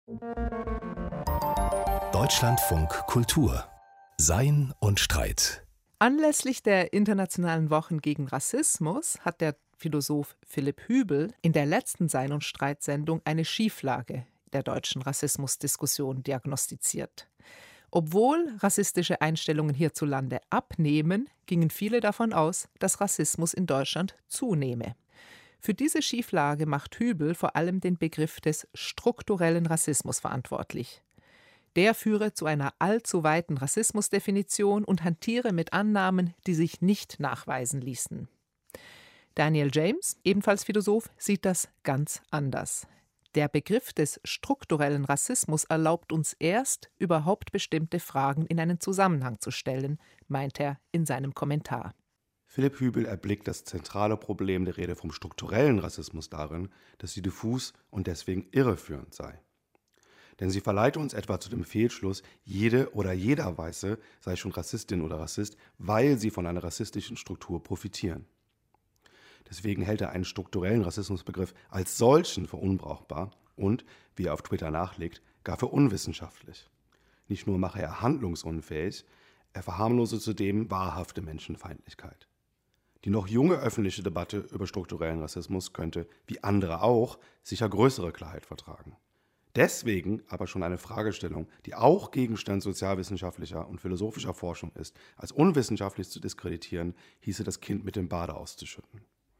Deutschlandfunk Kultur. Sein und Streit. Anlässlich der Internationalen Wochen gegen Rassismus hat der Philosoph Philipp Hübel in der letzten Sein- und Streit-Sendung eine Schieflage der deutschen Rassismusdiskussion diagnostiziert. Obwohl rassistische Einstellungen hierzulande abnehmen, gingen viele davon aus, dass Rassismus in Deutschland zunehme. Für diese Schieflage macht Hübel vor allem den Begriff des strukturellen Rassismus verantwortlich. Der führe zu einer allzu weiten Rassismusdefinition und hantiere mit Annahmen, die sich nicht nachweisen ließen. Daniel James, ebenfalls Philosoph, sieht das ganz anders. Der Begriff des strukturellen Rassismus erlaubt uns erst, überhaupt bestimmte Fragen in einen Zusammenhang zu stellen, meint er in seinem Kommentar. Philipp Hübel erblickt das zentrale Problem der Rede vom strukturellen Rassismus darin, dass sie diffus und deswegen irreführend sei. Denn sie verleitet uns etwa zu dem Fehlschluss, jede oder jeder Weiße sei schon Rassistin oder Rassist, weil sie von einer rassistischen Struktur profitieren. Deswegen hält er einen strukturellen Rassismusbegriff als solchen für unbrauchbar und, wie er auf Twitter nachlegt, gar für unwissenschaftlich. Nicht nur mache er handlungsunfähig, er verharmlose zudem wahrhafte Menschenfeindlichkeit. Die noch junge öffentliche Debatte über strukturellen Rassismus könnte, wie andere auch, sicher größere Klarheit vertragen. Deswegen aber schon eine Fragestellung, die auch Gegenstand sozialwissenschaftlicher und philosophischer Forschung ist, als unwissenschaftlich zu diskreditieren, hieße das Kind mit dem Bade auszuschütten.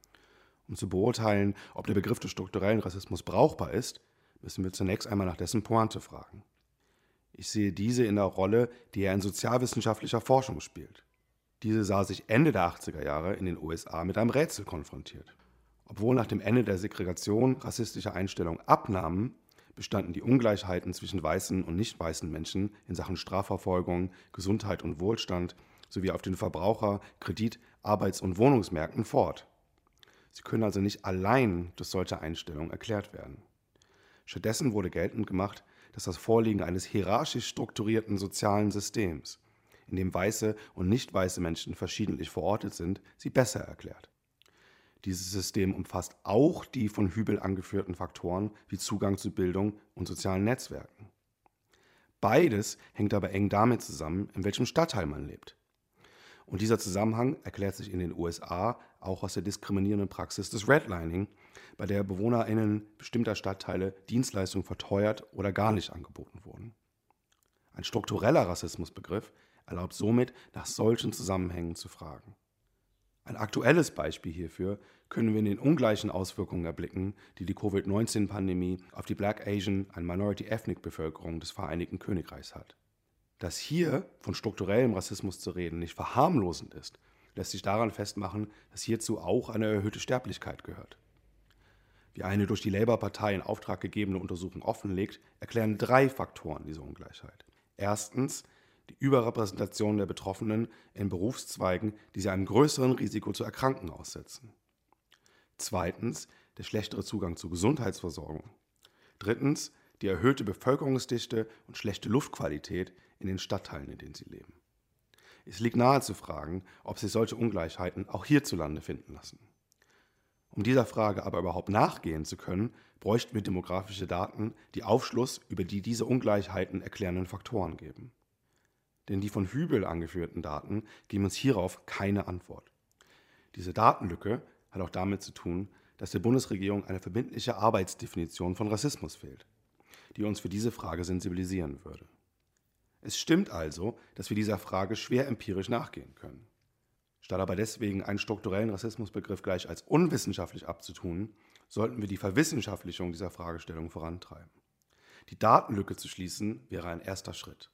Um zu beurteilen, ob der Begriff des strukturellen Rassismus brauchbar ist, müssen wir zunächst einmal nach dessen Pointe fragen. Ich sehe diese in der Rolle, die er in sozialwissenschaftlicher Forschung spielt. Diese sah sich Ende der 80er Jahre in den USA mit einem Rätsel konfrontiert. Obwohl nach dem Ende der Segregation rassistische Einstellungen abnahmen, bestanden die Ungleichheiten zwischen weißen und nicht weißen Menschen in Sachen Strafverfolgung, Gesundheit und Wohlstand sowie auf den Verbraucher-, Kredit-, Arbeits- und Wohnungsmärkten fort. Sie können also nicht allein durch solche Einstellungen erklärt werden. Stattdessen wurde geltend gemacht, dass das Vorliegen eines hierarchisch strukturierten sozialen Systems, in dem weiße und nicht weiße Menschen verschiedentlich verortet sind, sie besser erklärt. Dieses System umfasst auch die von Hübel angeführten Faktoren wie Zugang zu Bildung und sozialen Netzwerken. Beides hängt aber eng damit zusammen, in welchem Stadtteil man lebt. Und dieser Zusammenhang erklärt sich in den USA auch aus der diskriminierenden Praxis des Redlining, bei der BewohnerInnen bestimmter Stadtteile Dienstleistungen verteuert oder gar nicht angeboten wurden. Ein struktureller Rassismusbegriff erlaubt somit, nach solchen Zusammenhängen zu fragen. Ein aktuelles Beispiel hierfür können wir in den ungleichen Auswirkungen erblicken, die die Covid-19-Pandemie auf die Black Asian and Minority Ethnic Bevölkerung des Vereinigten Königreichs hat. Dass hier von strukturellem Rassismus zu reden nicht verharmlosend ist, lässt sich daran festmachen, dass hierzu auch eine erhöhte Sterblichkeit gehört. Wie eine durch die Labour-Partei in Auftrag gegebene Untersuchung offenlegt, erklären 3 Faktoren diese Ungleichheit. Erstens die Überrepräsentation der Betroffenen in Berufszweigen, die sie einem größeren Risiko zu erkranken aussetzen. Zweitens der schlechtere Zugang zur Gesundheitsversorgung. Drittens die erhöhte Bevölkerungsdichte und schlechte Luftqualität in den Stadtteilen, in denen sie leben. Es liegt nahe zu fragen, ob sich solche Ungleichheiten auch hierzulande finden lassen. Um dieser Frage aber überhaupt nachgehen zu können, bräuchten wir demografische Daten, die Aufschluss über die diese Ungleichheiten erklärenden Faktoren geben. Denn die von Hübel angeführten Daten geben uns hierauf keine Antwort. Diese Datenlücke hat auch damit zu tun, dass der Bundesregierung eine verbindliche Arbeitsdefinition von Rassismus fehlt, die uns für diese Frage sensibilisieren würde. Es stimmt also, dass wir dieser Frage schwer empirisch nachgehen können. Statt aber deswegen einen strukturellen Rassismusbegriff gleich als unwissenschaftlich abzutun, sollten wir die Verwissenschaftlichung dieser Fragestellung vorantreiben. Die Datenlücke zu schließen wäre ein erster Schritt.